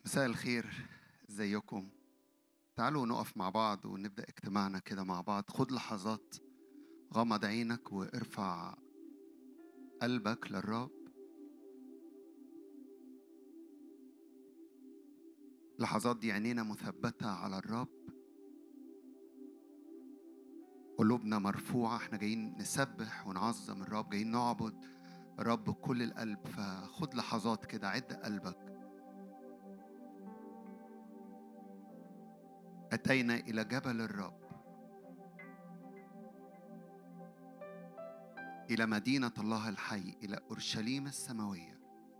مساء الخير، ازيكم؟ تعالوا نقف مع بعض ونبدأ اجتماعنا كده مع بعض. خد لحظات، غمض عينك وارفع قلبك للرب. لحظات دي عينينا مثبتة على الرب، قلوبنا مرفوعة. احنا جايين نسبح ونعظم الرب، جايين نعبد الرب بكل القلب. فخد لحظات كده، عد قلبك. أتينا إلى جبل الرب، إلى مدينة الله الحي، إلى أورشليم السماوية،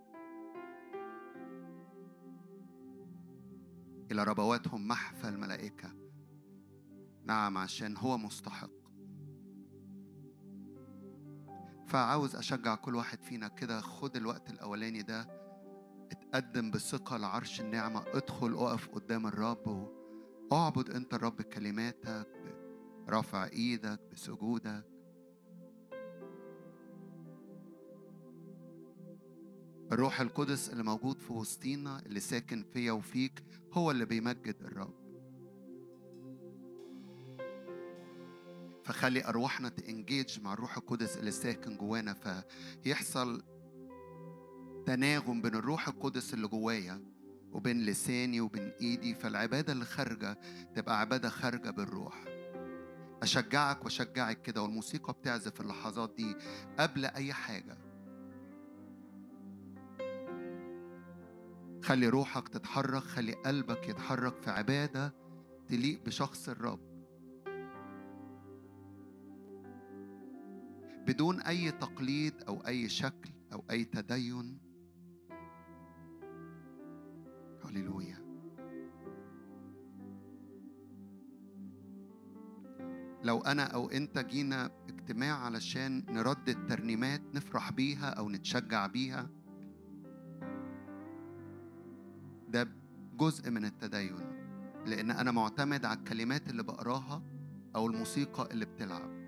إلى ربواتهم محفى الملائكة. نعم، عشان هو مستحق. فعاوز أشجع كل واحد فينا كده، خد الوقت الأولاني ده، اتقدم بثقة لعرش النعمة. ادخل اقف قدام الرب واعبد انت الرب بكلماتك، برفع ايدك، بسجودك. الروح القدس اللي موجود في وسطينا، اللي ساكن فيا وفيك، هو اللي بيمجد الرب. فخلي أرواحنا تنجيج مع الروح القدس اللي ساكن جوانا، فيحصل تناغم بين الروح القدس اللي جوايا وبين لساني وبين ايدي. فالعبادة اللي خارجة تبقى عبادة خارجة بالروح. أشجعك وأشجعك كده، والموسيقى بتعزف اللحظات دي قبل أي حاجة. خلي روحك تتحرك، خلي قلبك يتحرك في عبادة تليق بشخص الرب، بدون أي تقليد أو أي شكل أو أي تدين. هللويا. لو أنا أو أنت جينا اجتماع علشان نردد ترنيمات نفرح بيها أو نتشجع بيها، ده جزء من التدين، لأن أنا معتمد على الكلمات اللي بقراها أو الموسيقى اللي بتلعب.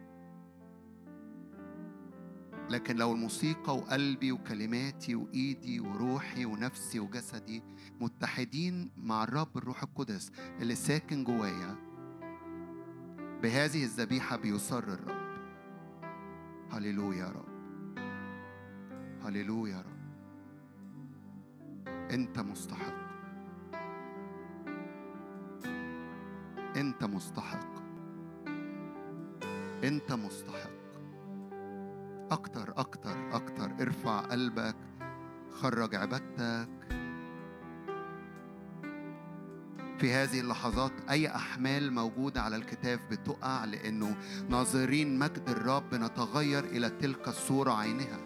لكن لو الموسيقى وقلبي وكلماتي وإيدي وروحي ونفسي وجسدي متحدين مع الرب الروح القدس اللي ساكن جوايا، بهذه الذبيحة بيسر الرب. هللويا يا رب، هللويا يا رب. أنت مستحق، أنت مستحق، أنت مستحق. أكتر أكتر أكتر. ارفع قلبك، خرج عبادتك في هذه اللحظات. أي أحمال موجودة على الكتاف بتقع، لأنه ناظرين مجد الرب نتغير إلى تلك الصورة عينها.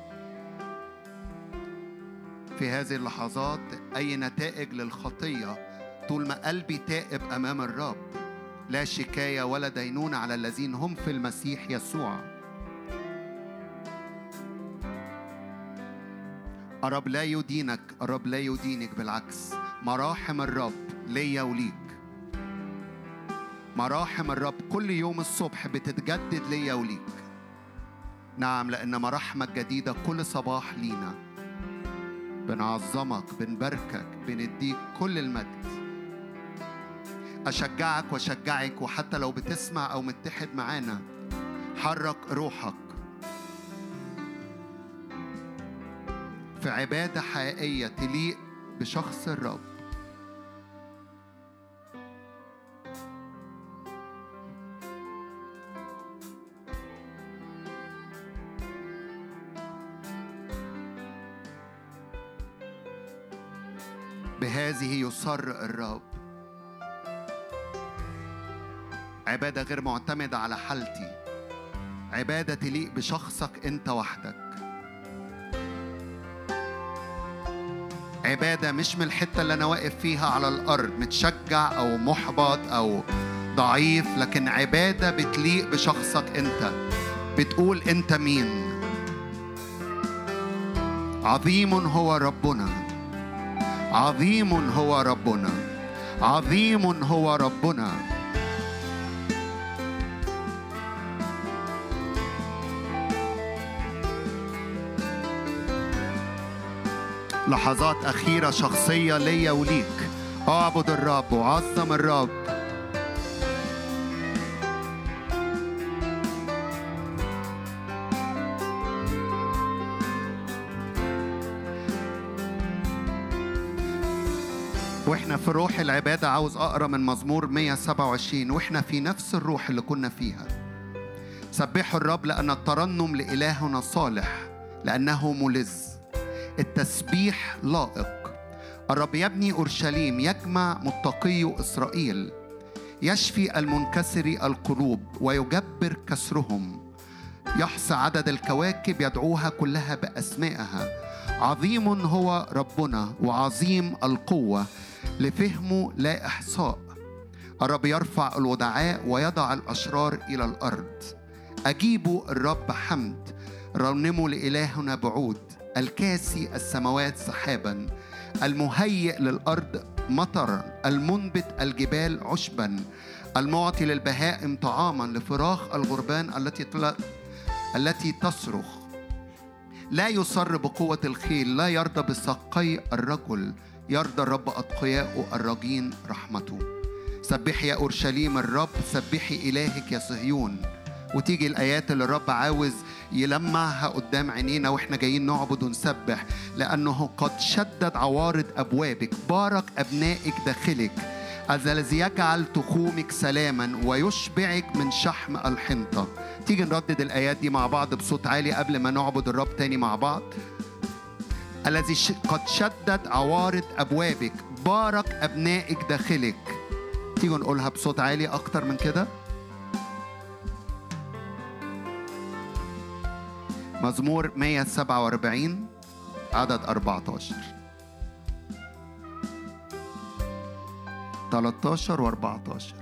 في هذه اللحظات أي نتائج للخطية، طول ما قلبي تائب أمام الرب، لا شكاية ولا دينونة على الذين هم في المسيح يسوع. الرب لا يدينك، الرب لا يدينك، بالعكس. مراحم الرب ليا وليك، مراحم الرب كل يوم الصبح بتتجدد ليا وليك. نعم، لأن مراحمك جديدة كل صباح لينا. بنعظمك، بنباركك، بنديك كل المجد. أشجعك وأشجعك، وحتى لو بتسمع أو متحد معانا، حرك روحك في عبادة حقيقية تليق بشخص الرب. بهذه يسر الرب. عبادة غير معتمدة على حالتي، عبادة تليق بشخصك أنت وحدك. عبادة مش من الحتة اللي أنا واقف فيها على الأرض متشجع أو محبط أو ضعيف، لكن عبادة بتليق بشخصك أنت. بتقول أنت مين. عظيم هو ربنا، عظيم هو ربنا، عظيم هو ربنا. لحظات أخيرة شخصية ليا وليك. اعبد الرب وعظم الرب. واحنا في روح العبادة عاوز أقرأ من مزمور 127 واحنا في نفس الروح اللي كنا فيها. سبحوا الرب لأن الترنم لإلهنا صالح لأنه ملذ. التسبيح لائق. الرب يبني أورشليم، يجمع متقي إسرائيل، يشفي المنكسر القلوب ويجبر كسرهم، يحصى عدد الكواكب، يدعوها كلها بأسمائها. عظيم هو ربنا وعظيم القوة، لفهمه لا إحصاء. الرب يرفع الودعاء ويضع الأشرار إلى الأرض. أجيبوا الرب حمد، رنموا لإلهنا بعود. الكاسي السماوات سحابا، المهيئ للأرض مطرا، المنبت الجبال عشبا، المعطي للبهائم طعاما، لفراخ الغربان التي تصرخ. لا يصر بقوة الخيل، لا يرضى بساقي الرجل. يرضى الرب أتقياء الراجين رحمته. سبحي يا أورشليم الرب، سبحي إلهك يا صهيون. وتيجي الآيات اللي الرب عاوز يلمعها قدام عينينا وإحنا جايين نعبد ونسبح. لأنه قد شدد عوارض أبوابك، بارك أبنائك داخلك، الذي يجعل تخومك سلاما ويشبعك من شحم الحنطة. تيجي نردد الآيات دي مع بعض بصوت عالي قبل ما نعبد الرب تاني مع بعض. الذي قد شدد عوارض أبوابك، بارك أبنائك داخلك. تيجي نقولها بصوت عالي أكتر من كده. مزمور 147 عدد 14 13 و 14.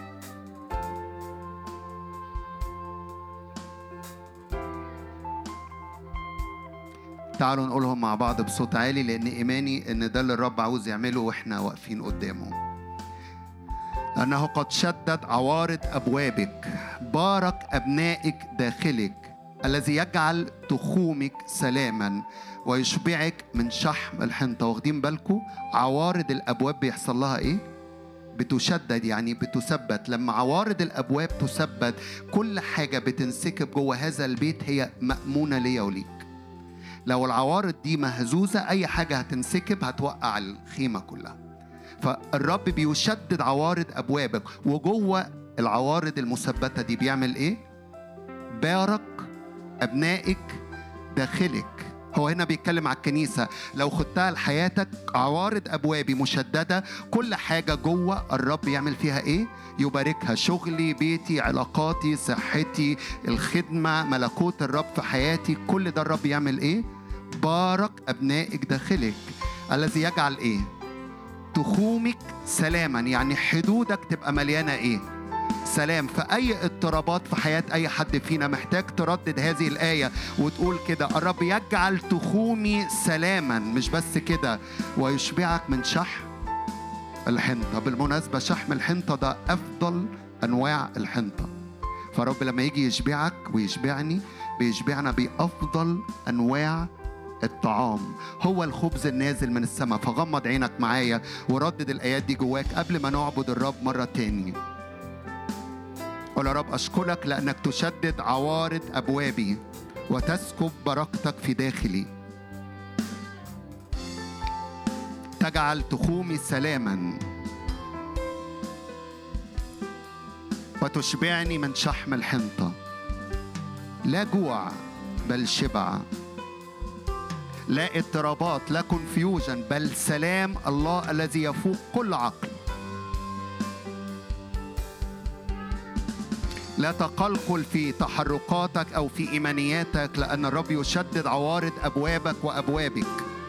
تعالوا نقولهم مع بعض بصوت عالي، لأن إيماني إن ده اللي الرب عاوز يعمله وإحنا واقفين قدامه. لأنه قد شدد عوارض أبوابك، بارك أبنائك داخلك، الذي يجعل تخومك سلاما ويشبعك من شحم الحنطة. واخدين بالكم عوارض الأبواب بيحصل لها إيه؟ بتشدد، يعني بتثبت. لما عوارض الأبواب تثبت، كل حاجة بتنسكب جوه هذا البيت هي مأمونة ليا وليك. لو العوارض دي مهزوزة، أي حاجة هتنسكب هتوقع الخيمة كلها. فالرب بيشدد عوارض أبوابك، وجوه العوارض المثبتة دي بيعمل إيه؟ بارك أبنائك داخلك. هو هنا بيتكلم على الكنيسة. لو خدتها لحياتك، عوارض أبوابي مشددة، كل حاجة جوه الرب يعمل فيها إيه؟ يباركها. شغلي، بيتي، علاقاتي، صحتي، الخدمة، ملكوت الرب في حياتي، كل ده الرب يعمل إيه؟ بارك أبنائك داخلك، الذي يجعل إيه؟ تخومك سلاما، يعني حدودك تبقى مليانة إيه؟ سلام. فأي اضطرابات في حياة أي حد فينا محتاج تردد هذه الآية وتقول كده: الرب يجعل تخومي سلاما. مش بس كده، ويشبعك من شحم الحنطة. بالمناسبة شحم الحنطة ده أفضل أنواع الحنطة. فرب لما يجي يشبعك ويشبعني، بيشبعنا بأفضل أنواع الطعام. هو الخبز النازل من السماء. فغمض عينك معايا وردد الآيات دي جواك قبل ما نعبد الرب مرة تاني. قل: يا رب أشكرك لأنك تشدد عوارض أبوابي وتسكب بركتك في داخلي، تجعل تخومي سلاما وتشبعني من شحم الحنطة. لا جوع بل شبع، لا اضطرابات، لا كونفيوجن، بل سلام الله الذي يفوق كل عقل. لا تقلقل في تحركاتك أو في إيمانياتك، لأن الرب يشدد عوارض أبوابك وأبوابك.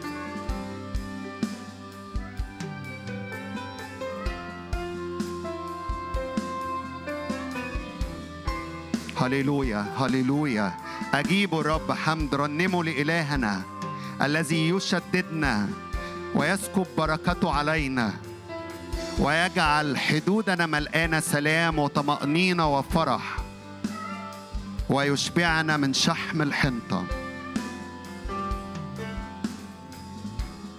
هللويا هللويا. أجيبوا الرب حمد، رنموا لإلهنا الذي يشددنا ويسكب بركته علينا ويجعل حدودنا ملآنة سلام وطمأنينة وفرح، ويشبعنا من شحم الحنطة.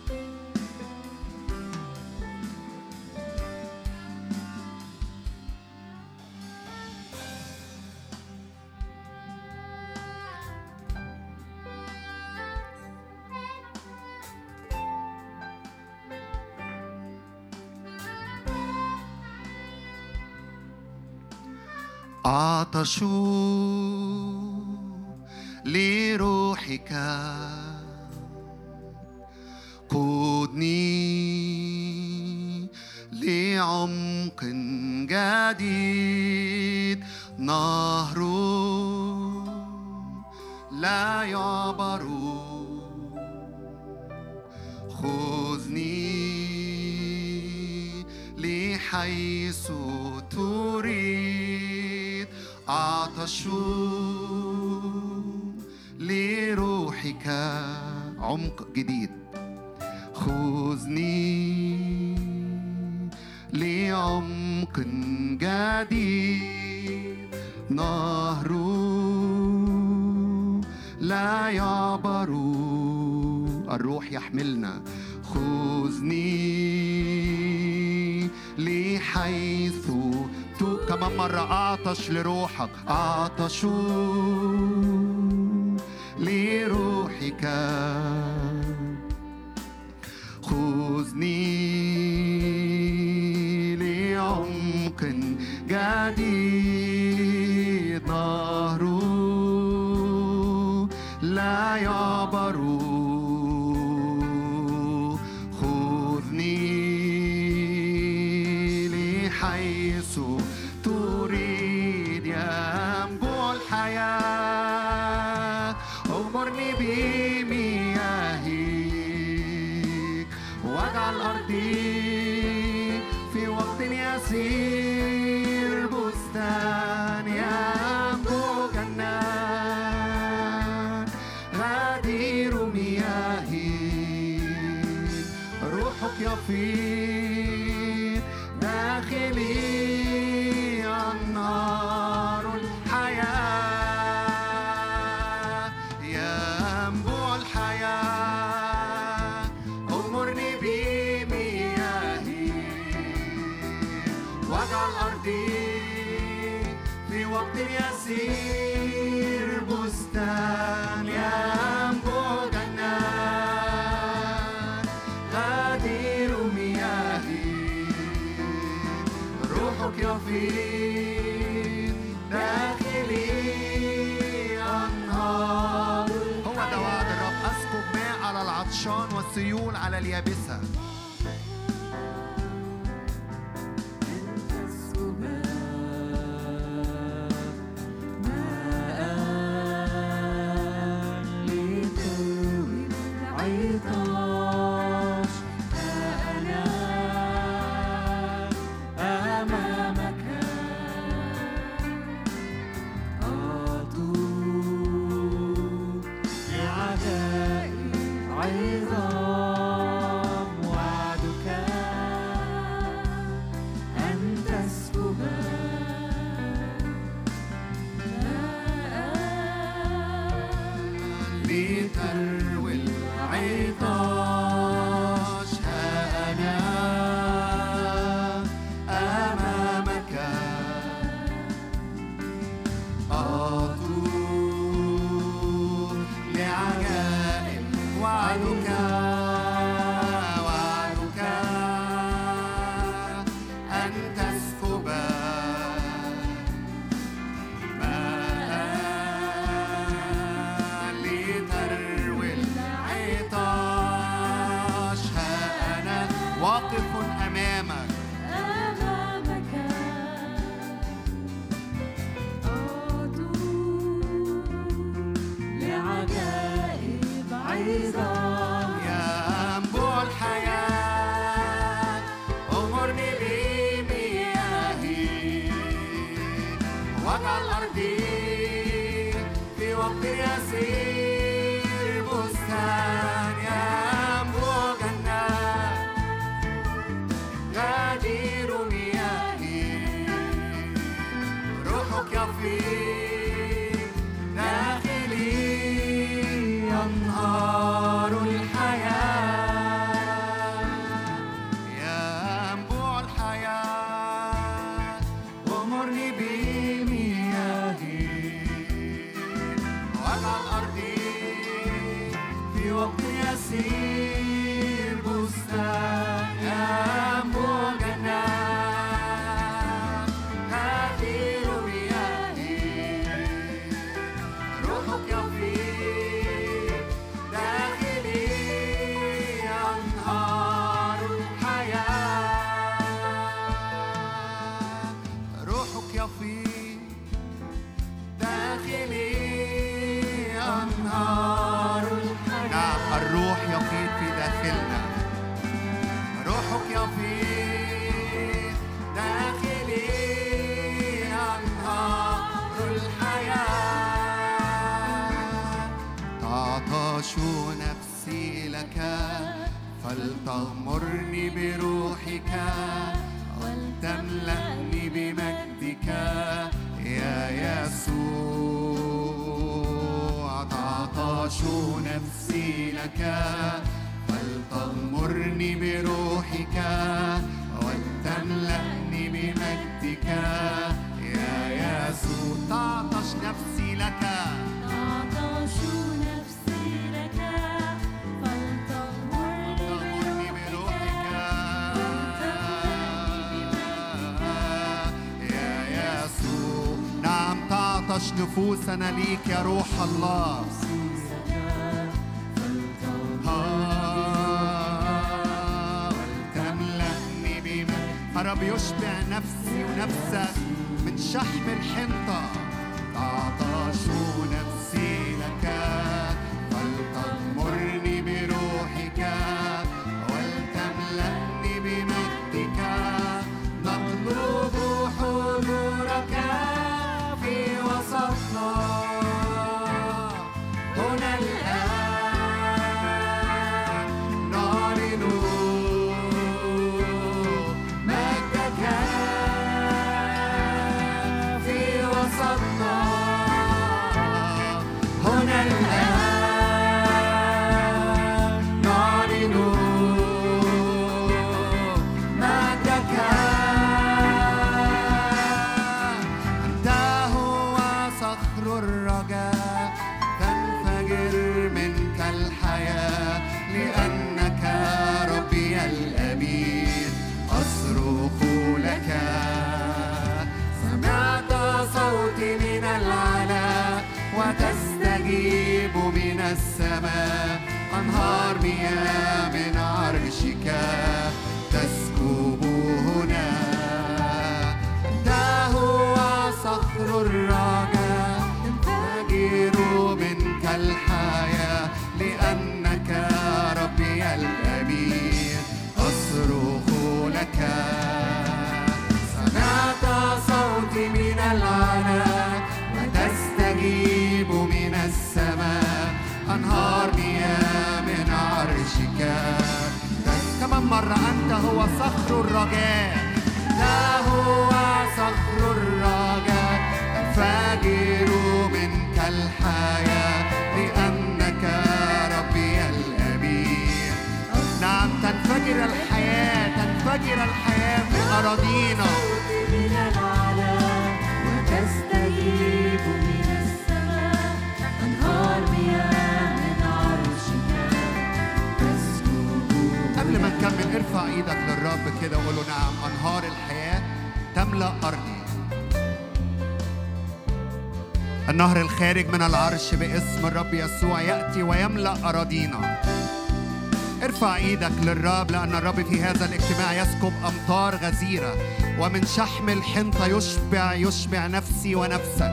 عطشوا لروحك قودني لعمق جديد نهر لا يعبر خذني لحيث تريد أعطش لروحك عمق جديد خذني لعمق جديد نهر لا يعبر الروح يحملنا خذني لحيث كمان مرة أعطش لروحك أعطش لروحك خذني لعمق جديد نهر لا يعبر خذني لحيث تريد ينبوع الحياة أغمرني بمياهك واجعل أرضي في وقت يسير بستان ينبوع جنات غدير مياهك روحك يفيض داخلي النار الحياة ينبوع الحياة أغمرني بمياهك واجعل أرضي في وقت يسير بستان ينبوع جنات غدير مياهك روحك يفيض داخلي أنهار هو ده وعد الرب أسكب ماء على العطشان والسيول على اليابسة عظام وعدك يفيض داخلي أنهار الحياة. تعطش نفسي لك فلتغمرني بروحك ولتملأني بمجدك يا يسوع. تعطش نفسي لك فلتغمرني بروحك ولتملأني بمجدك يا يسوع. تعطش نفسي لك، تعطش نفسي لك فلتغمرني بروحك يا يسوع. نعم تعطش نفوسنا ليك يا روح الله. رب يشبع نفسي ونفسك من شحم الحنطة. تعطش نفسي لك فلتغمرني بروحك ولتملأني بمجدك. نطلب حضورك في وسطنا هنا الآن. نعلن وتستجيب من السماء. أنهار مياه من عرشك تسكب هنا. أنت هو صخر الرجاء تنفجر منك الحياة. لأنك ربي الأمين أصرخ لك. سمعت صوتي من العلا وتستجيب من السماء. أنهار مياه من عرشك. كمان مرة أنت هو صخر الرجاء. لا هو صخر الرجاء تنفجر منك الحياة. لأنك ربي الأمين. نعم تنفجر الحياة، تنفجر الحياة في أراضينا. تستجيب من السماء. أنهار مياه من عرشك تسكب. قبل ما نكمل ارفع ايدك للرب كده وقول له نعم أنهار الحياة تملأ أرضي. النهر الخارج من العرش باسم الرب يسوع يأتي ويملأ أراضينا. ارفع ايدك للرب لأن الرب في هذا الاجتماع يسكب أمطار غزيرة ومن شحم الحنطة يشبع نفسي ونفسك.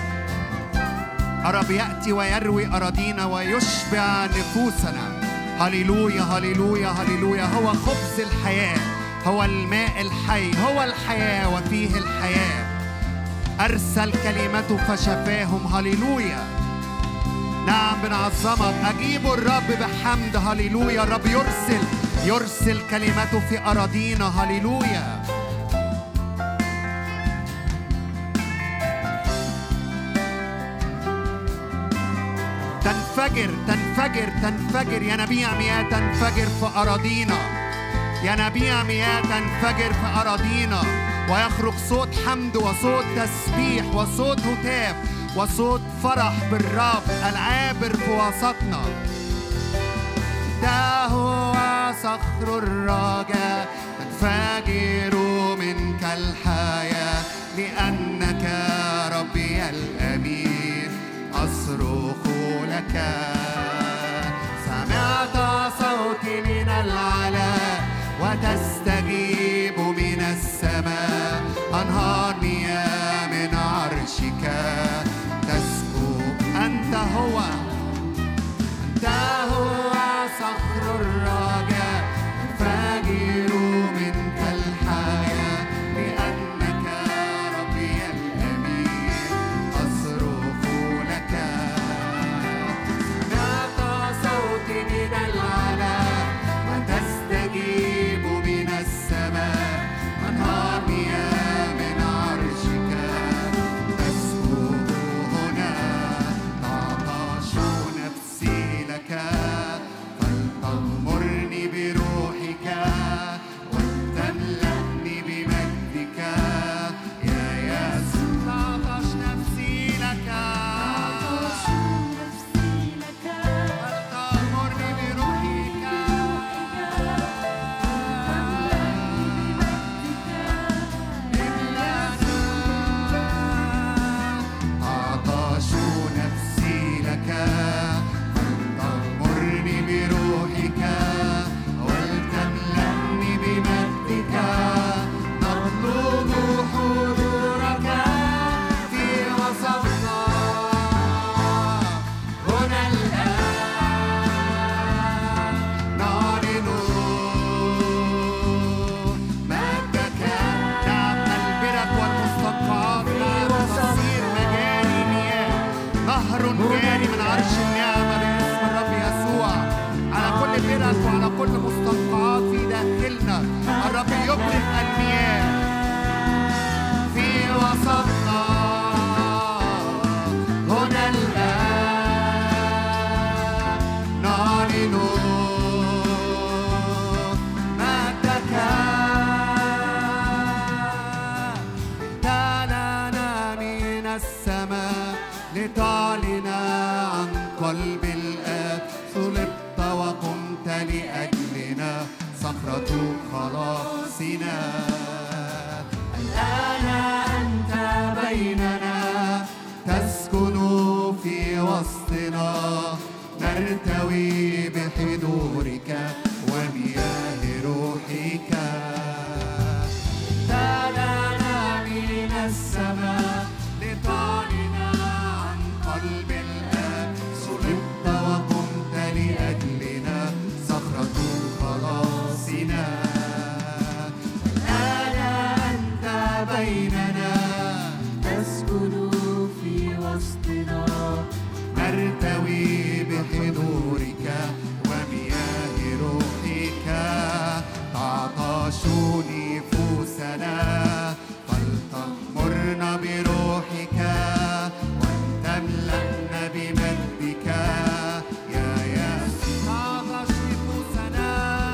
الرب يأتي ويروي أراضينا ويشبع نفوسنا. هللويا هللويا هللويا. هو خبز الحياة، هو الماء الحي، هو الحياة وفيه الحياة. أرسل كلمته فشفاهم. هللويا. نعم بنعظمك. أجيبوا الرب بحمد. هللويا. الرب يرسل كلمته في أراضينا. هللويا. تنفجر ينابيع مياه تنفجر في أراضينا. ينابيع مياه تنفجر في أراضينا ويخرج صوت حمد وصوت تسبيح وصوت هتاف وصوت فرح بالرب العابر في وسطنا. ده هو صخر الرجاء تنفجر منك الحياة. لأنك ربي الأمين أصرخ لك. سمعت صوتي من العلا وتستجيب من السماء. أنهار مياه من عرشك تسكب. أنت هو صخر الرجاء تنفجر صخرة خلاصنا. الآن أنت بيننا تسكن في وسطنا، نرتوي بحضورك ومياه روحك. دعنا من السماء لتعلن عن قلب الآب، صلبت وقمت لأجلنا، صخرة خلاصنا. الآن أنت بيننا تسكن في وسطنا، نرتوي بحضورك ومياه روحك. تعطش نفوسنا فلتغمرنا بروحك، وتملأنا بمجدك يا يسوع. تعطش نفوسنا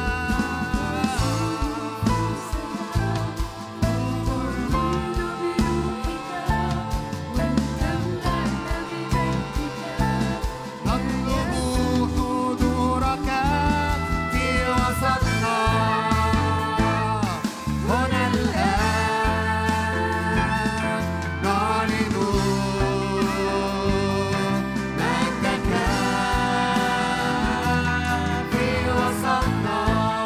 نطلب حضورك في وسطنا هنا الآن، نعلن مجدك في وسطنا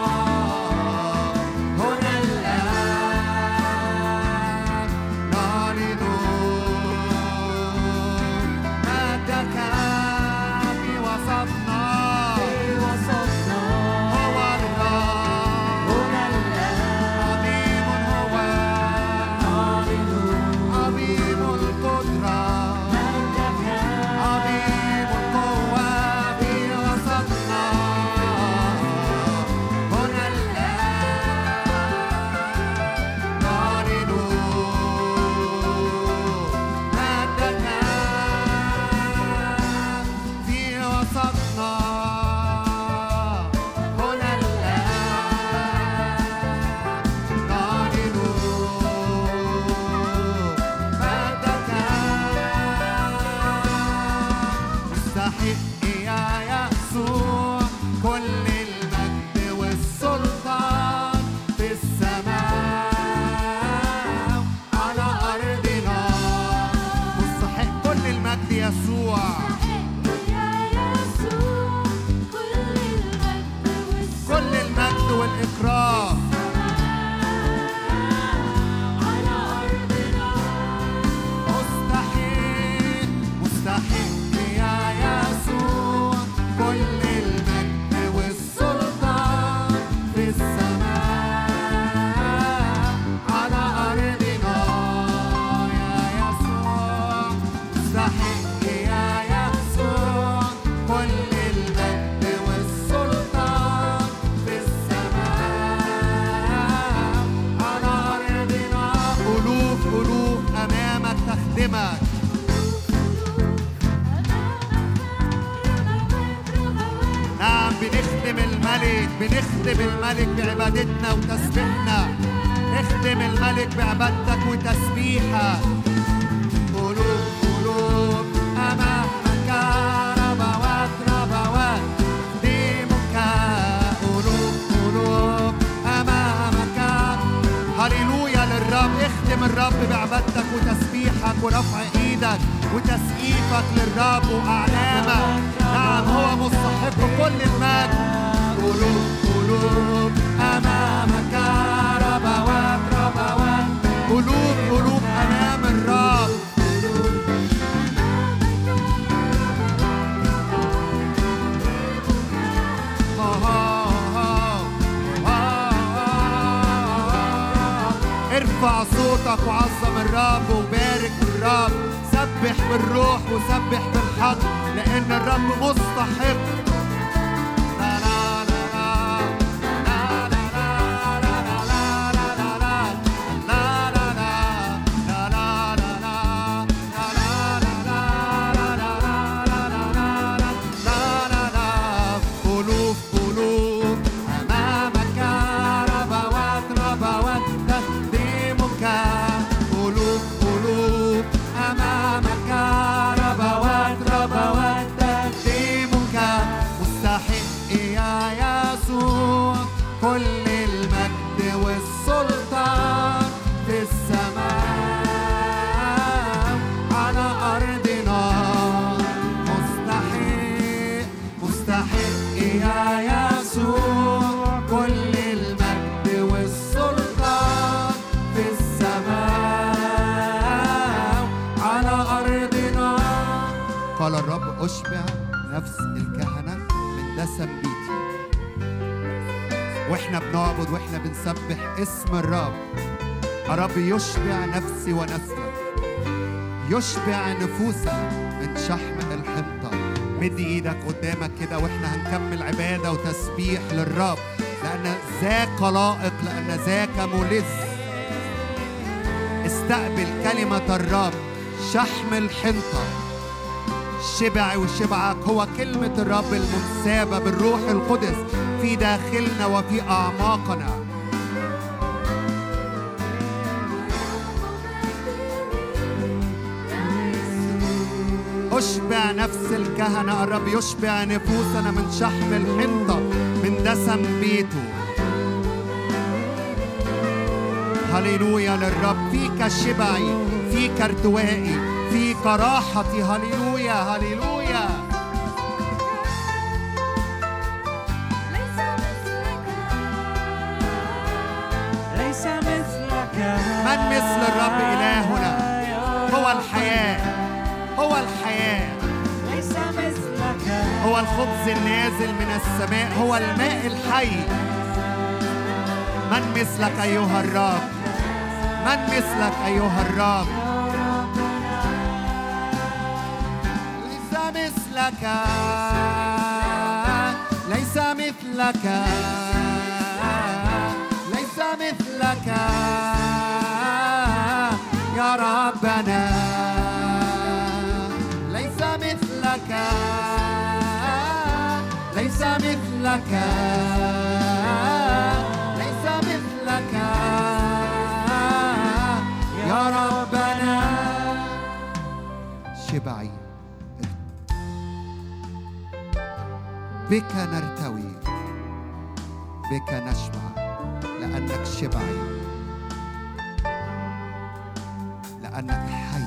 هنا الآن، نعلن مجدك في وسطنا. هو الرب هنا الآن عظيم، هو عظيم القدرة، عظيم القوة في وسطنا هنا الآن، نعلن مجدك في وسطنا هنا الآن، نعلن مجدك. مستحق يا يسوع كل المجد والسلطان في السماء على أرضنا. مستحق كل المجد يسوع، كل المجد والإكرام. مستحق مستحق يا يسوع كل المجد والسلطان في السماء على أرضنا يا يسوع. مستحق يا يسوع كل المجد والسلطان في السماء على أرضنا. ألوف ألوف أمامك تخدمك. نعم، بنخدم الملك، بنخدم الملك بعبادتنا وتسبيحنا. نخدم الملك بعبادتك وتسبيحك. قلوب قلوب أمامك، ربوات ربوات تخدمك. قلوب قلوب أمامك. هللويا للرب. اخدم الرب بعبادتك وتسبيحك ورفع ايدك وتسقيفك للرب وأعلامك. نعم، هو مستحق كل المجد. قلوب قلوب أمامك، ربوات ربوات. قلوب قلوب أمام الرب. ارفع صوتك وعظم الرب وبارك الرب. سبح بالروح وسبح بالحق، لأن الرب مستحق. لا لا لا لا لا لا لا لا لا لا لا لا قلوب قلوب أمامك، ربوات ربوات تخدمك. قلوب قلوب أمامك، ربوات ربوات تخدمك. كل المجد والسلطان في السماء على أرضنا. مستحق مستحق يا يسوع كل المجد والسلطان في السماء على أرضنا. قال الرب أشبع نفس الكهنة من دسم بيتي. واحنا بنعبد واحنا بنسبح اسم الرب، الرب يشبع نفسي ونفسك، يشبع نفوسنا من شحم الحنطة. مد ايدك قدامك كده واحنا هنكمل عبادة وتسبيح للرب، لأن ذاك لائق، لأن ذاك ملذ. استقبل كلمة الرب. شحم الحنطة شبعي وشبعك هو كلمة الرب المنسابة بالروح القدس في داخلنا وفي أعماقنا. أشبع نفس الكهنة، الرب يشبع نفوسنا من شحم الحنطة من دسم بيته. هللويا للرب. فيك شبعي، فيك ارتوائي، فيك راحتي. هللويا هللويا. ليس مثلك. من مثل الرب إلهنا؟ هو الحياة، هو الحياة، ليس مثلك. هو الخبز النازل من السماء، هو الماء الحي. من مثلك أيها الرب؟ من مثلك أيها الرب؟ ليس مثلك، ليس مثلك، ليس مثلك يا ربنا. ليس مثلك، ليس مثلك، ليس مثلك يا ربنا. شبعي بك نرتوي، بك نشبع، لأنك شبعي، لأنك حي.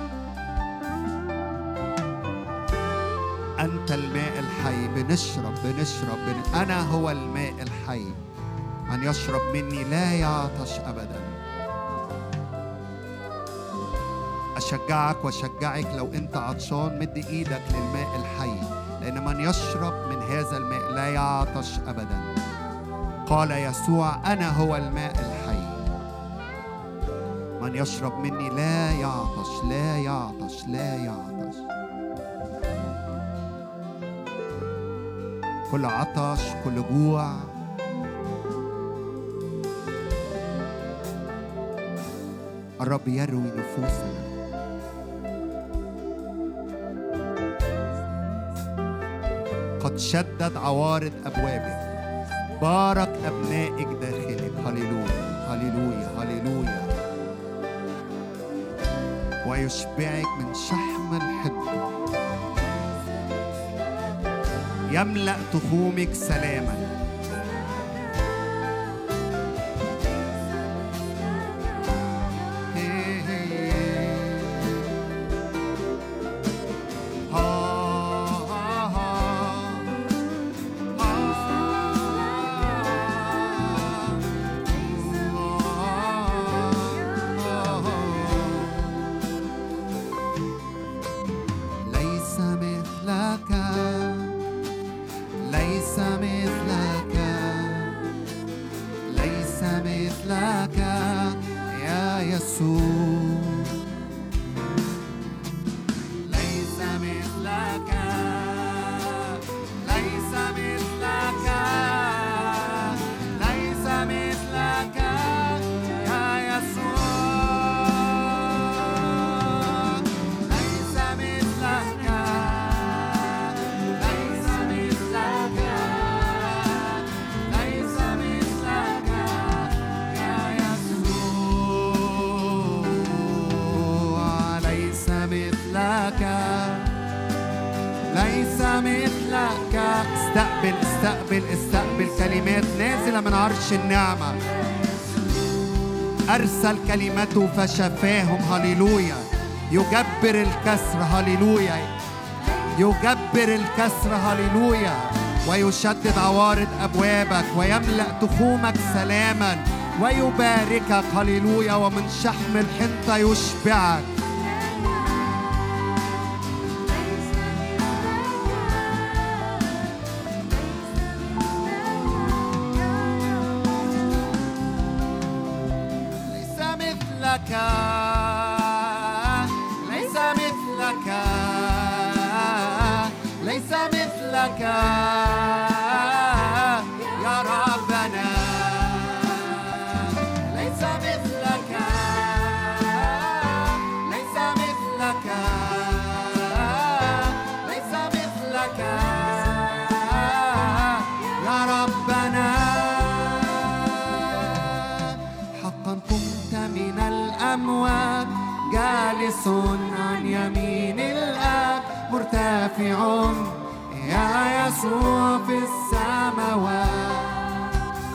أنت الماء الحي. بنشرب أنا هو الماء الحي. من يشرب مني لا يعطش أبدا. أشجعك وأشجعك لو أنت عطشان مد إيدك للماء الحي، لأن من يشرب من هذا الماء لا يعطش أبدا. قال يسوع أنا هو الماء الحي. من يشرب مني لا يعطش، لا يعطش، لا يعطش. كل عطش، كل جوع الرب يروي نفوسنا. قد شدد عوارض أبوابك، بارك أبنائك داخلك. هللويا هللويا هللويا. ويشبعك من شحم الحنطة، يملأ تخومك سلاما. استقبل بالكلمات نازلة من عرش النعمة. أرسل كلمته فشفاهم. هللويا. يجبر الكسر. هللويا. يجبر الكسر. هللويا. ويشدد عوارض أبوابك ويملأ تخومك سلاما ويباركك. هللويا. ومن شحم الحنطة يشبعك. ليس مثلك. ليس مثلك. ليس مثلك يا ربنا. ليس مثلك. ليس مثلك. ليس مثلك يا ربنا. حقا قمت من الأموات جالس عن يمين الآب مرتفع يا يسوع في السماوات.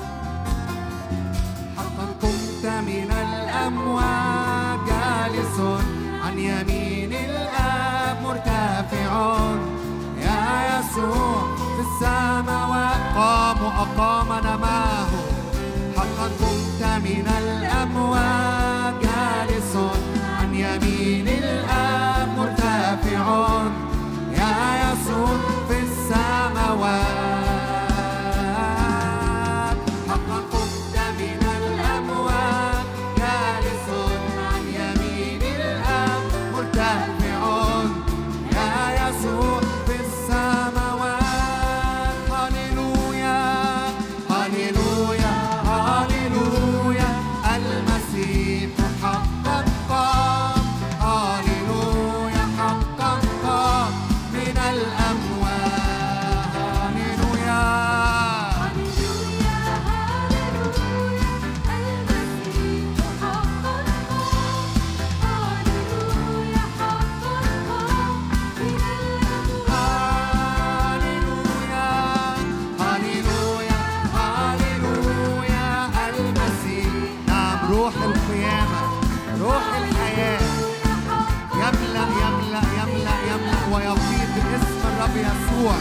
حقا قمت من الأموات جالس عن يمين الآب مرتفع يا يسوع في السماوات. قام وأقامنا معه. حقا قمت من الأموات جالس عن يمين الآب مرتفع يا يسوع في السماوات. حقا قمت من الأموات جالس عن يمين الآب مرتفع يا يسوع في السماوات. هللويا. هللويا. هللويا. المسيح حقا قام. هللويا. حقا قام من الأموات. هللويا. هللويا. هللويا. هللويا. المسيح. نعم. روح القيامة. روح الحياة يملأ يملأ يملأ يملأ ويفيض باسم الرب يسوع.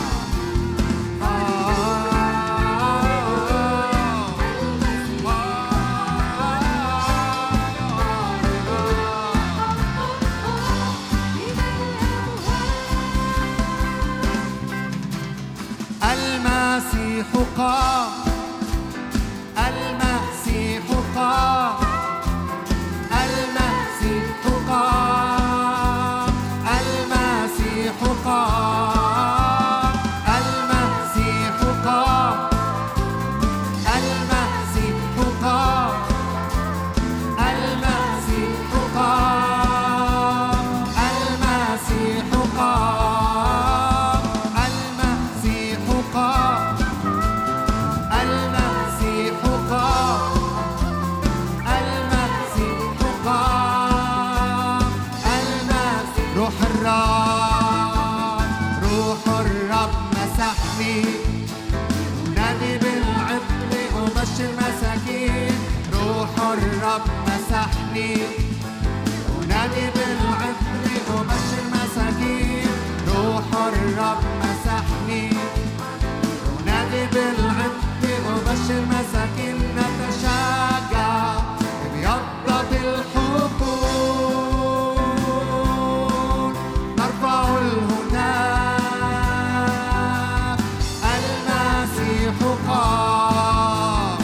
المسيح قام. المسيح قام. المسيح قام. المسيح قام. المسيح قام. المسيح قام. المسيح قام. المسيح قام. المسيح قام. المسيح قام. المسيح قام. المسيح. روح الرب. روح الرب مسحني نادي بالعطل أبشر مساكين. روح الرب مسحني نادي بالعطل أبشر مساكين. روح الرب مسحني نادي بالعطل أبشر مساكين. نتشجع بيضة الحقول نرفع الهتاف. المسيح قام.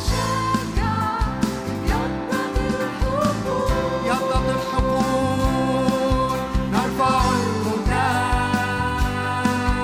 يضة الحقول نرفع الهتاف.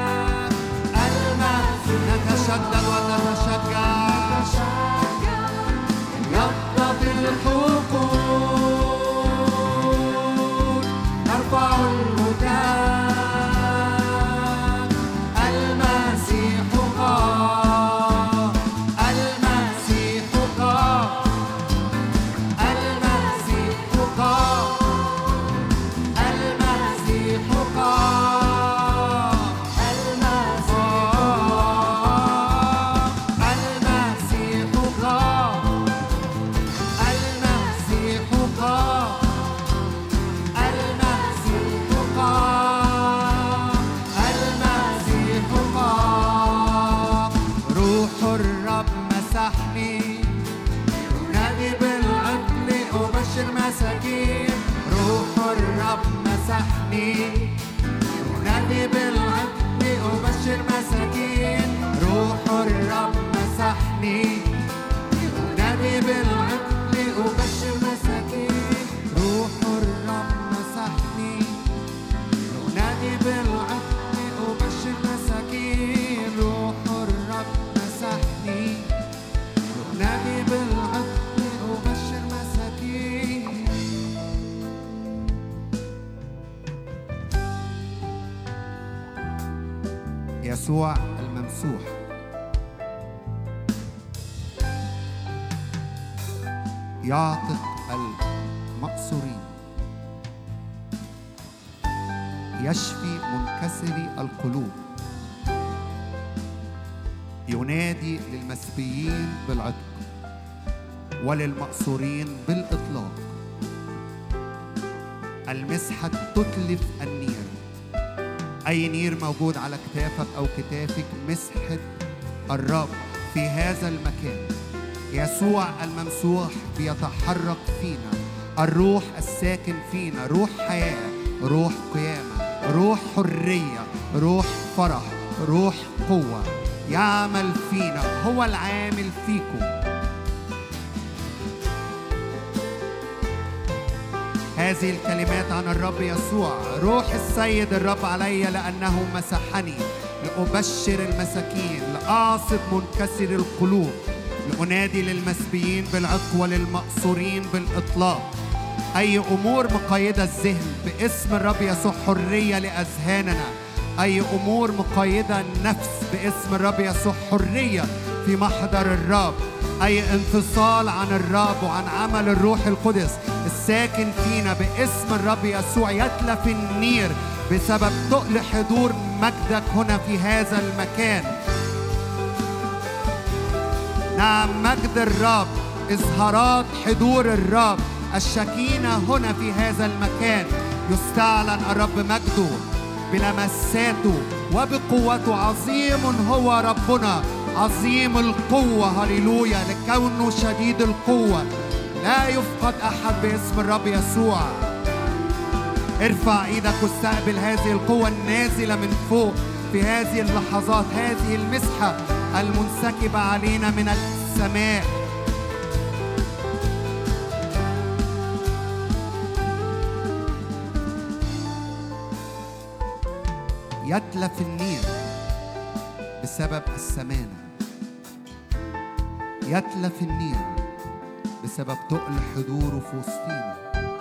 يسوع الممسوح يعتق المقصورين، يشفي منكسري القلوب، ينادي للمسبيين بالعتق وللمقصورين بالإطلاق. المسحة تتلف النير. أي نير موجود على كتافك أو كتافك، مسحة الرب في هذا المكان. يسوع الممسوح بيتحرك فينا، الروح الساكن فينا، روح حياة، روح قيامة، روح حرية، روح فرح، روح قوة، يعمل فينا، هو العامل فيكم. هذه الكلمات عن الرب يسوع: روح السيد الرب علي لأنه مسحني لأبشر المساكين، لأعصب منكسر القلوب، لأنادي للمسبيين بالعتق وللمقصورين بالإطلاق. أي أمور مقيدة الذهن باسم الرب يسوع حرية لأذهاننا. أي أمور مقيدة النفس باسم الرب يسوع حرية في محضر الرب. أي انفصال عن الرب وعن عمل الروح القدس الساكن فينا باسم الرب يسوع يتلف النير بسبب تقل حضور مجدك هنا في هذا المكان. نعم، مجد الرب، إظهارات حضور الرب، الشكينة هنا في هذا المكان. يستعلن الرب مجده بلمساته وبقوته. عظيم هو ربنا، عظيم القوة، هللويا، لكونه شديد القوة، لا يفقد أحد باسم الرب يسوع. ارفع ايدك واستقبل هذه القوة النازلة من فوق في هذه اللحظات، هذه المسحة المنسكبة علينا من السماء. يتلف النير بسبب السمانة، يتلف النير بسبب تقل حضوره في وسطينا.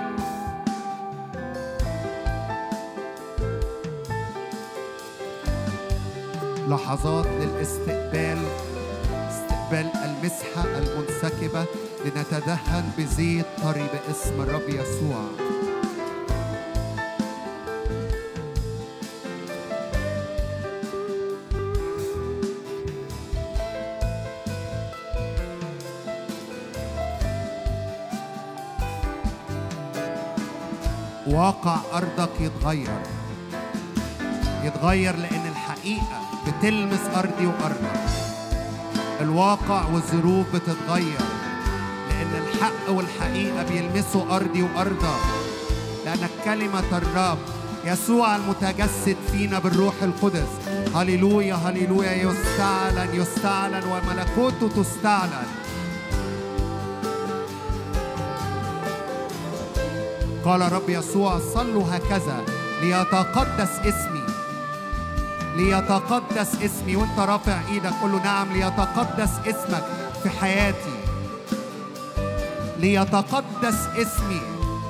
لحظات للاستقبال، استقبال المسحة المنسكبة لنتدهن بزيت طري باسم الرب يسوع. واقع أرضك يتغير، يتغير لأن الحقيقة بتلمس أرضي وأرضك. الواقع والظروف بتتغير لأن الحق والحقيقة بيلمسوا أرضي وأرضك، لأن كلمة الرب يسوع المتجسد فينا بالروح القدس، هللويا هللويا، يستعلن يستعلن وملكوته تستعلن. قال رب يسوع: صلوا هكذا ليتقدس اسمي، ليتقدس اسمي. وانت رافع ايدك قل له: نعم، ليتقدس اسمك في حياتي، ليتقدس اسمي.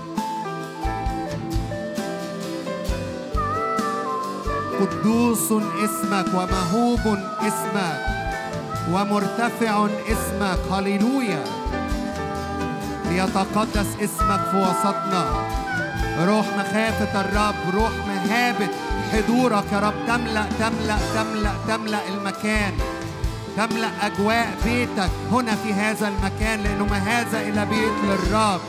قدوس اسمك ومهوب اسمك ومرتفع اسمك، هللويا. ليتقدس اسمك في وسطنا. روح مخافة الرب، روح مهابة حضورك يا رب تملأ تملأ تملأ تملأ المكان، تملأ أجواء بيتك هنا في هذا المكان، لأنه ما هذا إلا بيت للرب.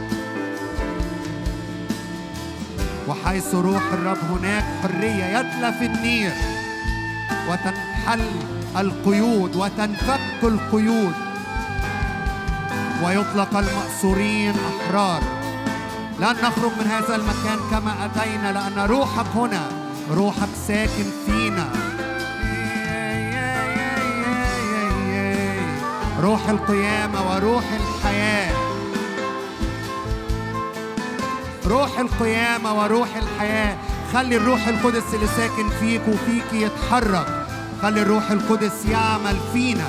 وحيث روح الرب هناك حرية. يتلف النير وتنحل القيود وتنفك القيود ويطلق المأسورين أحرار. لن نخرج من هذا المكان كما أتينا، لأن روحك هنا، روحك ساكن فينا. روح القيامة وروح الحياة، روح القيامة وروح الحياة. خلي الروح القدس اللي ساكن فيك وفيك يتحرك، خلي الروح القدس يعمل فينا.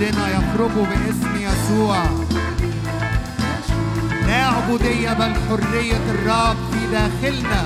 ضدنا يخرجوا باسم يسوع. لا عبودية بل حرية الرب في داخلنا.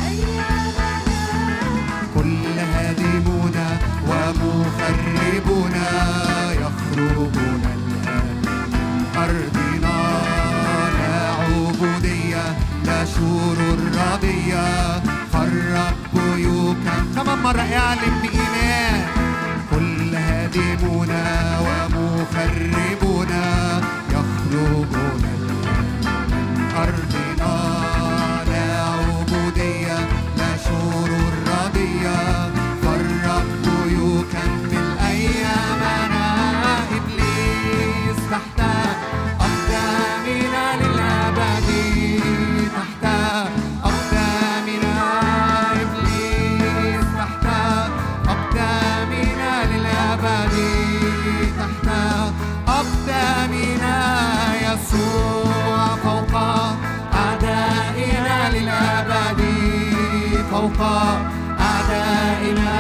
كل هادمون ومخربون يخرجون الآن من أرضنا. لا عبودية لا شرور ربية خرب بيوتا. كمان مرة اعلن بإيمان. كل هادمون ومخربون يخرجون من أرضنا. لا عبودية لا شرور ربية خرب بيوتا بالأيامنا. إبليس تحت أقدامنا للأبد. تحت أقدامنا إبليس. تحت أقدامنا للأبد. تحت أقدامنا يسوع فوق أعدائنا للأبد. فوق أعدائنا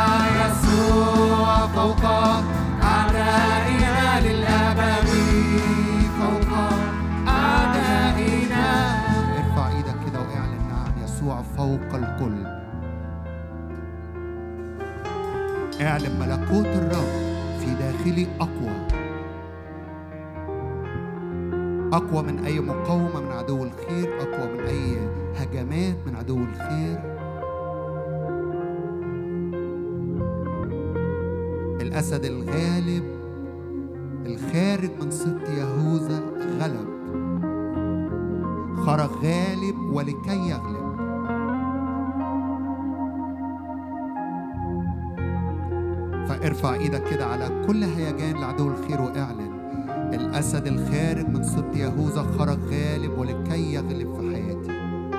يسوع فوق أعدائنا للأبد. فوق أعدائنا. ارفع ايدك كده واعلن نعم يسوع فوق الكل. اعلن ملكوت الرب في داخلي أقوى من أي مقاومة من عدو الخير، أقوى من أي هجمات من عدو الخير. الأسد الغالب الخارج من سبط يهوذا غلب، خرج غالب ولكي يغلب. فارفع ايدك كده على كل هيجان لعدو الخير واعلن الأسد الخارج من سبط يهوذا خرج غالب ولكي يغلب في حياتي.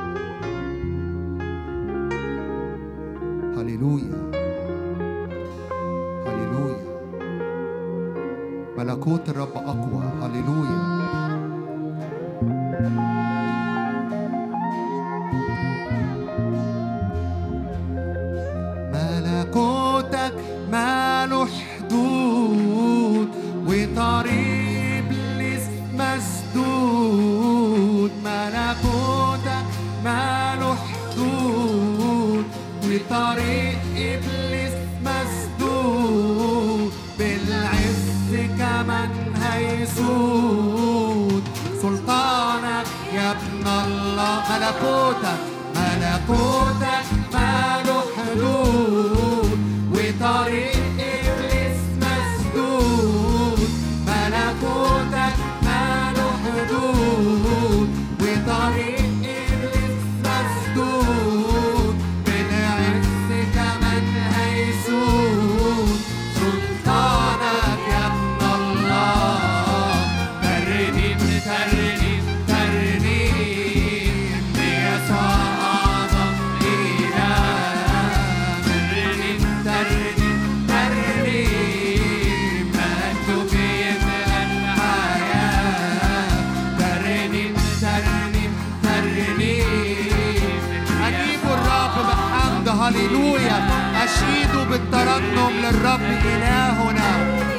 هللويا هللويا. ملكوت الرب أقوى. هللويا. ملكوتك ما له حدود وطريق إبليس مسدود. ملكوتك ما له حدود وطريق إبليس مسدود. بالعز كمان هيسود. سلطانك يا ابن الله. ملكوتك ما له حدود وطريق إبليس مسدود. ملكوتك ما له حدود وطريق إبليس مسدود. بالعز كمان هيسود. سلطانك يا ابن الله. ترنيم ترنيم ترنيم ليسوع أعظم إله. ترنيم ترنيم ترنيم مكتوب يملأ الحياة. ترنيم ترنيم ترنيم. أجيبوا الرب بحمد. هللويا. أشيدوا بالترنم للرب إلهنا.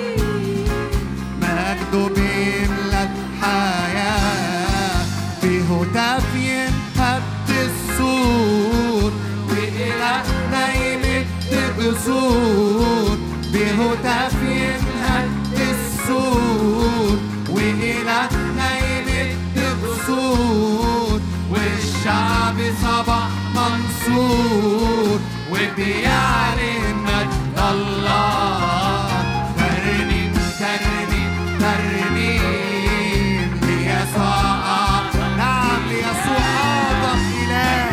مجده بيملأ الحياة. بهتاف ينهد السور وإلهنا يمد بسور. بهتاف ينهد السور وإلهنا يمد بسور. والشعب صبح منصور وبيعلن مجد الله. ترنيم ترنيم ترنيم ليسوع. نعم ليسوع أعظم إله.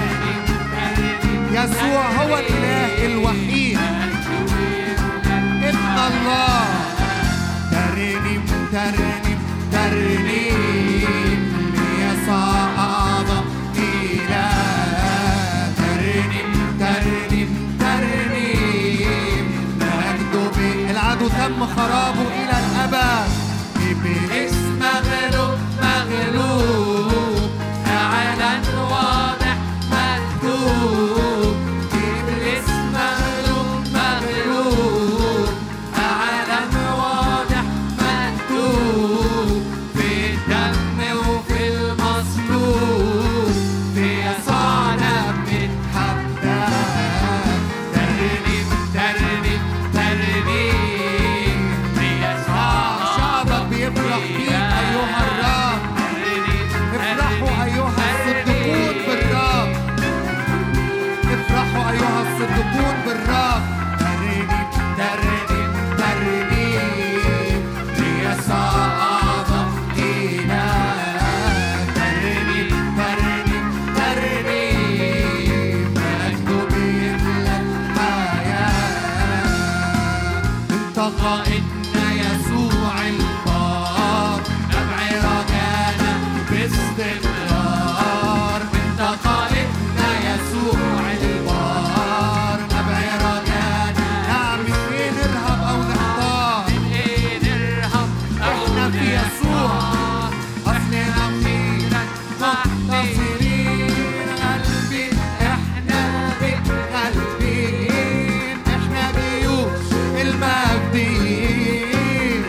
يسوع هو الإله الوحيد ابن الله. ترنيم ترنيم ترنيم ليسوع أعظم إله. ترنيم ترنيم ترنيم مجده العدو تم خرابه إلى الأبد. إبليس مغلوب مغلوب. أعلن واضح مكتوب. إبليس مغلوب مغلوب. أعلن واضح انطق إن يسوع البار نبع رجانا باستمرار. انطق إن يسوع البار نبع رجانا. نعم من إيه نرهب أو نحتار، إحنا في يسوع أصلنا فيك منتصرين. قلبي إحنا بالغالبين، إحنا جيوش المجديين.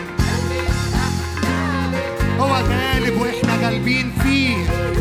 هو غالب وإحنا غالبين فيه.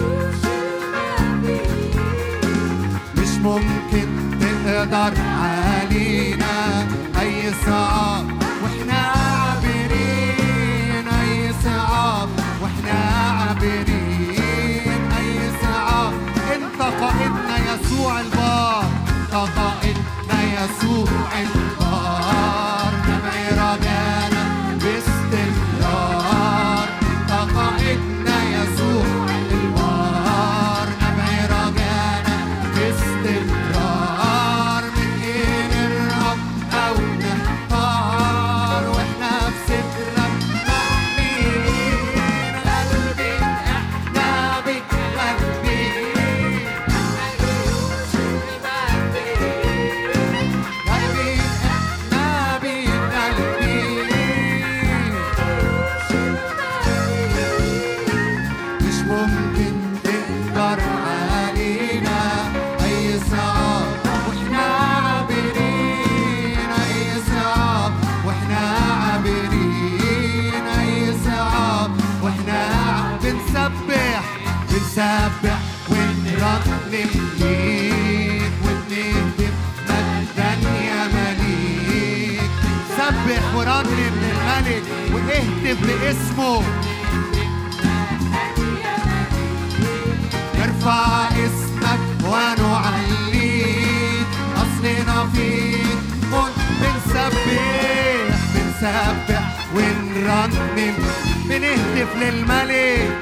مش ممكن تقدر علينا أي صعاب وإحنا عابرين، أي صعاب وإحنا عابرين، أي صعاب. انطق إن يسوع البار، انطق إن يسوع البار نبع رجانا باستمرار. انطق إن يسوع البار نبع رجانا باستمرار. من إيه نرهب أو نحتار وإحنا في سترك محميين. قلبي إحنا بك غالبين، قلبي إحنا بك غالبين. مش ممكن تقدر علينا أي صعاب وإحنا عابرين، أي صعاب وإحنا عابرين، أي صعاب وإحنا بنسبح ونرنم ليك ونهتف مجدا يا مليك. سبح ورنم للملك واهتف باسمه. نرفع اسمك ونعليك، أصلنا فيك بنسبح ونرنم بنهتف للملك.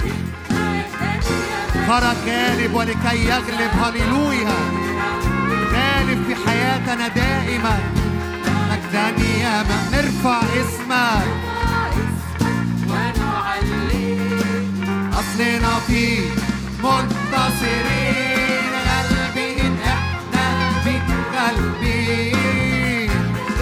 خرج غالب ولكي يغلب. هللويا. غالب في حياتنا دائما مجدا يا من. نرفع اسمك أصلنا فيك منتصرين. قلبي إن إحنا بك غالبين.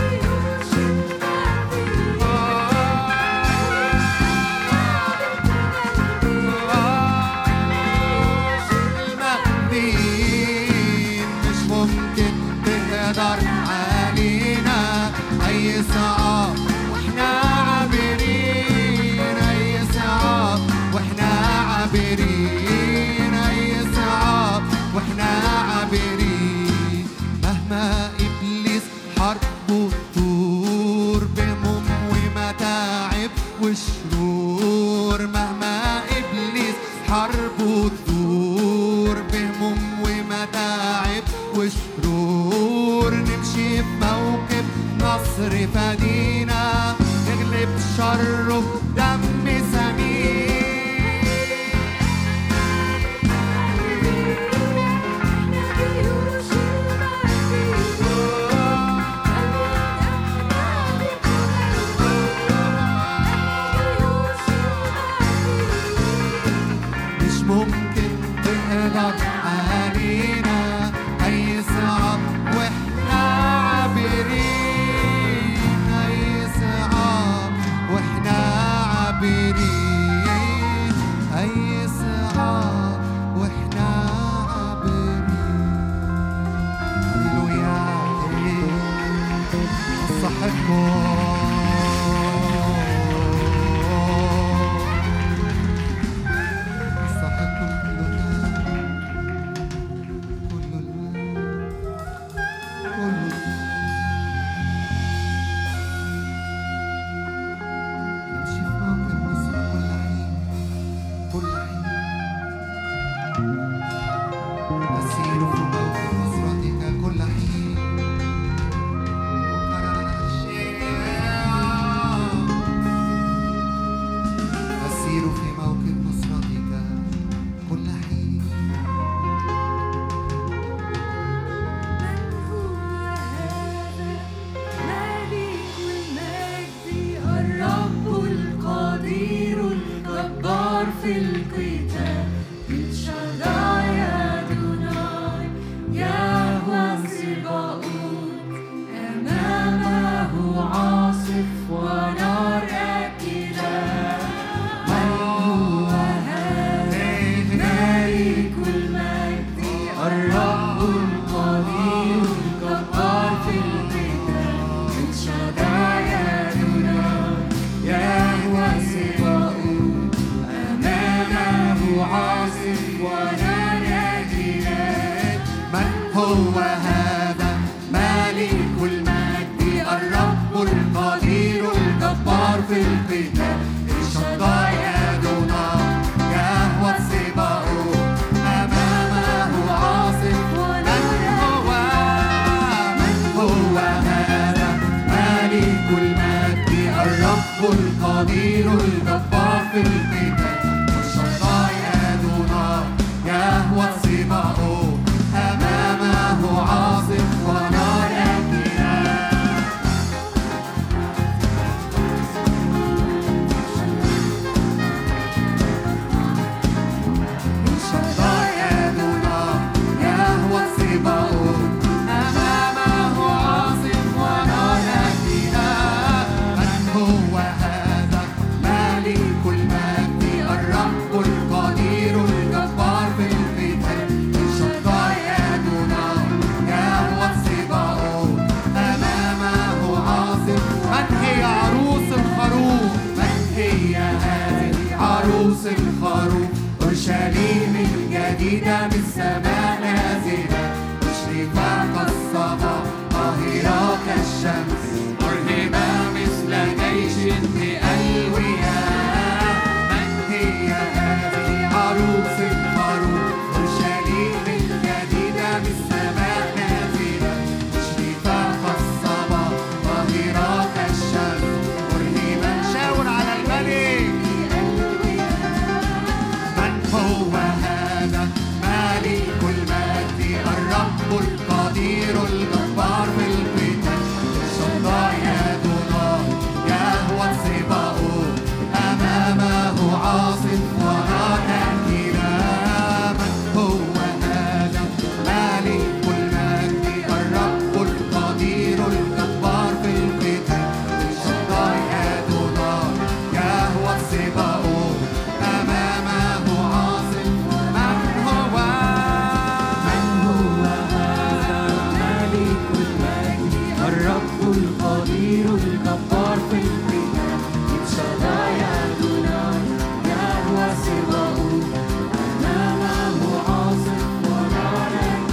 المجدين مش ممكن تقدر علينا أي صعاب وإحنا عابرين، أي صعاب وإحنا عابرين، أي صعاب وإحنا عابرين. مهما إبليس حربه تدور بهموم ومتاعب وشرور، مهما إبليس حربه تدور بهموم ومتاعب وشرور. نمشي بموكب نصر فدينا، نغلب شره بدم سمين. مش ممكن تقدر علينا أي صعب وإحنا عابرين، أي صعب وإحنا عابرين، أي صعب وإحنا عابرين. هللويا. أصحكم كل حين في القتال الشداي أدوناي يهوى الصباؤوت أمامه عاصف ونار أكلة من هو هذا ملك المجد الرب القدير الجبار في القتال الشداي أدوناي يهوى الصباؤوت أمامه عاصف ونار أكلة من هو هذا ملك المجد الرب القدير الجبار في القتال الشداي أدوناي يهوى الصباؤوت أمامه عاصف من هو هذا ملك المجد الرب القدير الجبار في القتال الشداي أدوناي يهوى الصباؤوت أمامه عاصف ونار أكلة الشداي أدوناي يهوى الصباؤوت أمامه عاصف ونار أكلة من هو هذا ملك المجد الرب القدير الجبار في القتال الشداي أدوناي يهوى الصباؤوت أمامه عاصف من هي عروس الخروف من هي هذه عروس الخروف أورشليم الجديدة من السماء نازلة مشرقة كالصباح طاهرة كالشمس مرهبة مثل جيش بألوية من هي هذه عروس الخروف أورشليم الجديدة من السماء نازلة مشرقة كالصباح طاهرة كالشمس مرهبة شاور على الملك من هو هذا ملك المجد الرب القدير الجبار في القتال الشداي أدوناي يهوى الصباؤوت أمامه عاصف ونار أكلة من هو هذا ملك المجد الرب القدير الجبار في القتال الشداي أدوناي يهوى الصباؤوت أمامه عاصف من هو هذا ملك المجد الرب القدير الجبار في القتال الشداي أدوناي يهوى الصباؤوت أمامه عاصف ونار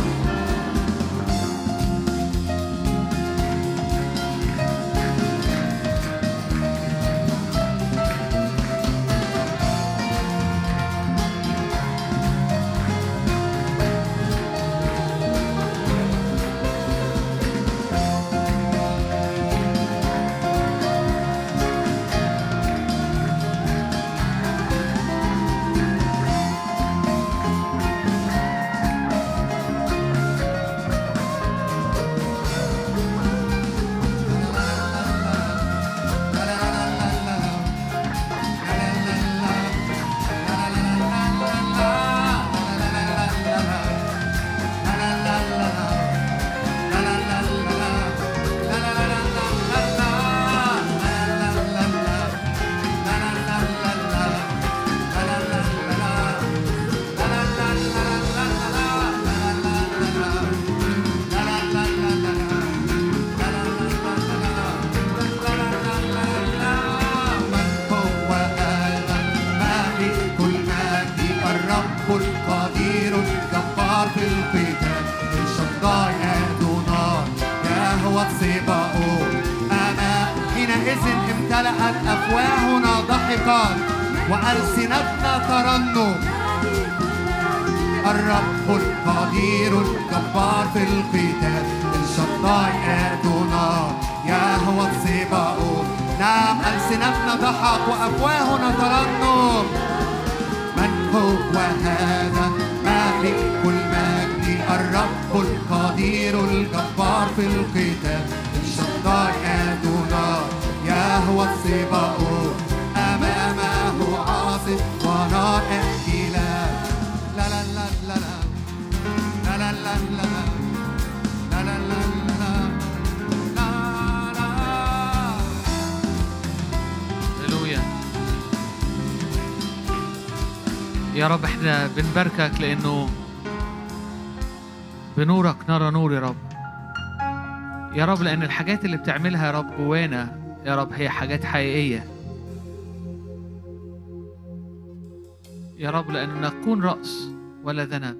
القدير الجبار في القتال الشداي أدوناي يهوى الصباؤوت حينئذ امتلأت أفواهنا ضحكا وألسنتنا ترنم الرب القدير الجبار في القتال الشداي أدوناي يهوى الصباؤوت نعم ألسنتنا ضحك وأفواهنا ترنم من هو هذا ملك المجد الرب القدير الجبار في القتال الشداي أدوناي يهوى الصباؤوت أمامه عاصف ونار يا رب احنا بنباركك لأنه بنورك نرى نور يا رب. يا رب لأن الحاجات اللي بتعملها يا رب جوانا يا رب هي حاجات حقيقية يا رب، لأن نكون رأس ولا ذنب.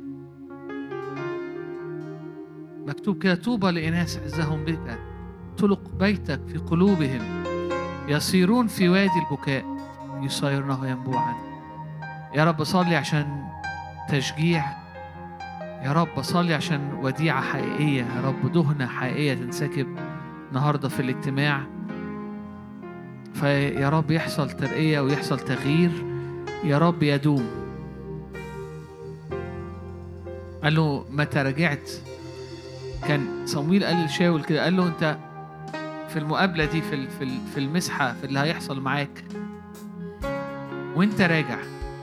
مكتوب كده طوبى لإناس عزهم بك تلق بيتك في قلوبهم يصيرون في وادي البكاء يصيرونه ينبوعا. يا رب صلي عشان تشجيع، يا رب صلي عشان وديعة حقيقية يا رب، دهنة حقيقية تنسكب النهاردة في الاجتماع، فيا رب يحصل ترقية ويحصل تغيير يا رب يدوم. قال له متى رجعت، كان صمويل قال لشاول كده، قال له انت في المقابلة دي في المسحة في اللي هيحصل معاك وانت راجع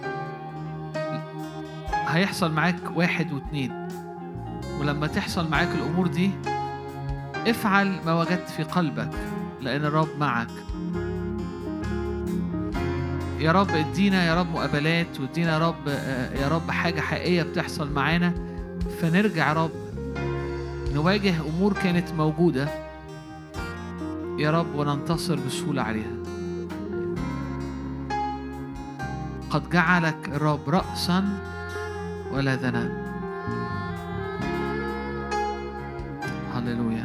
هيحصل معاك 1 و2، ولما تحصل معاك الأمور دي افعل ما وجدت في قلبك لأن الرب معك. يا رب ادينا يا رب مقابلات، وادينا يا رب حاجة حقيقية بتحصل معانا، فنرجع يا رب نواجه أمور كانت موجودة يا رب وننتصر بسهولة عليها. قد جعلك الرب رأسا ولا ذنب. هللويا.